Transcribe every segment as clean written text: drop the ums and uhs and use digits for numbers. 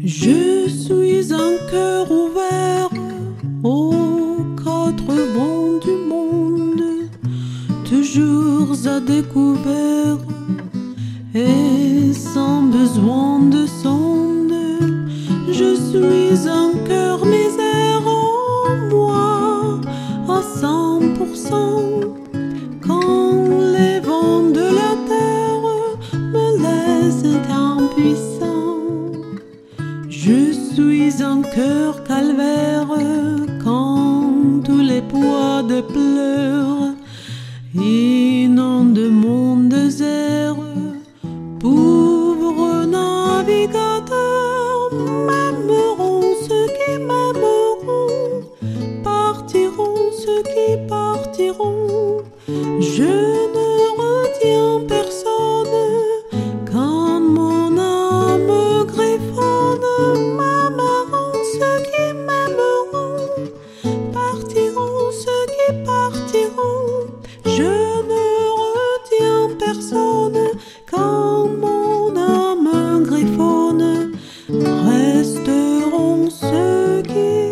Je suis un cœur ouvert aux quatre vents du monde, toujours à découvert et sans besoin de sonde. Je suis un cœur misère en moi à 100%. Quand les vents de la terre me laissent impuissant, je suis un cœur calvaire quand tous les poids de pleurs inondent mon désert. Pauvres navigateurs, m'aimeront ceux qui m'aimeront, partiront ceux qui partiront. Je ne retiens personne quand mon âme griffonne. M'aimeront ceux qui m'aimeront, partiront ceux qui partiront. Je ne retiens personne quand mon âme griffonne. Resteront ceux qui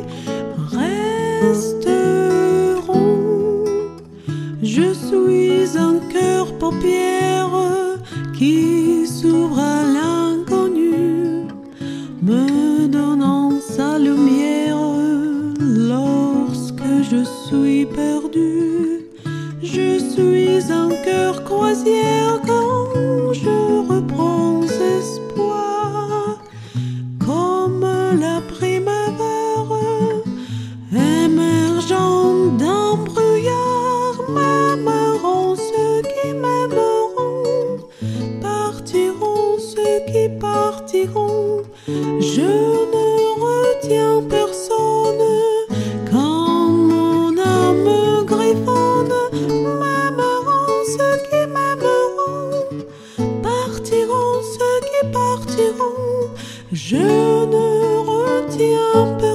resteront. Je suis un cœur paupière qui s'ouvre à l'inconnu, me donnant sa lumière lorsque je suis perdu. Je suis un cœur croisière quand je reprends espoir, comme la primavère émergeant d'un brouillard. M'aimeront ceux qui m'aimeront, partiront ceux qui partiront. Je ne retiens personne quand mon âme griffonne. M'aimeront ceux qui m'aimeront, partiront ceux qui partiront. Je ne retiens personne.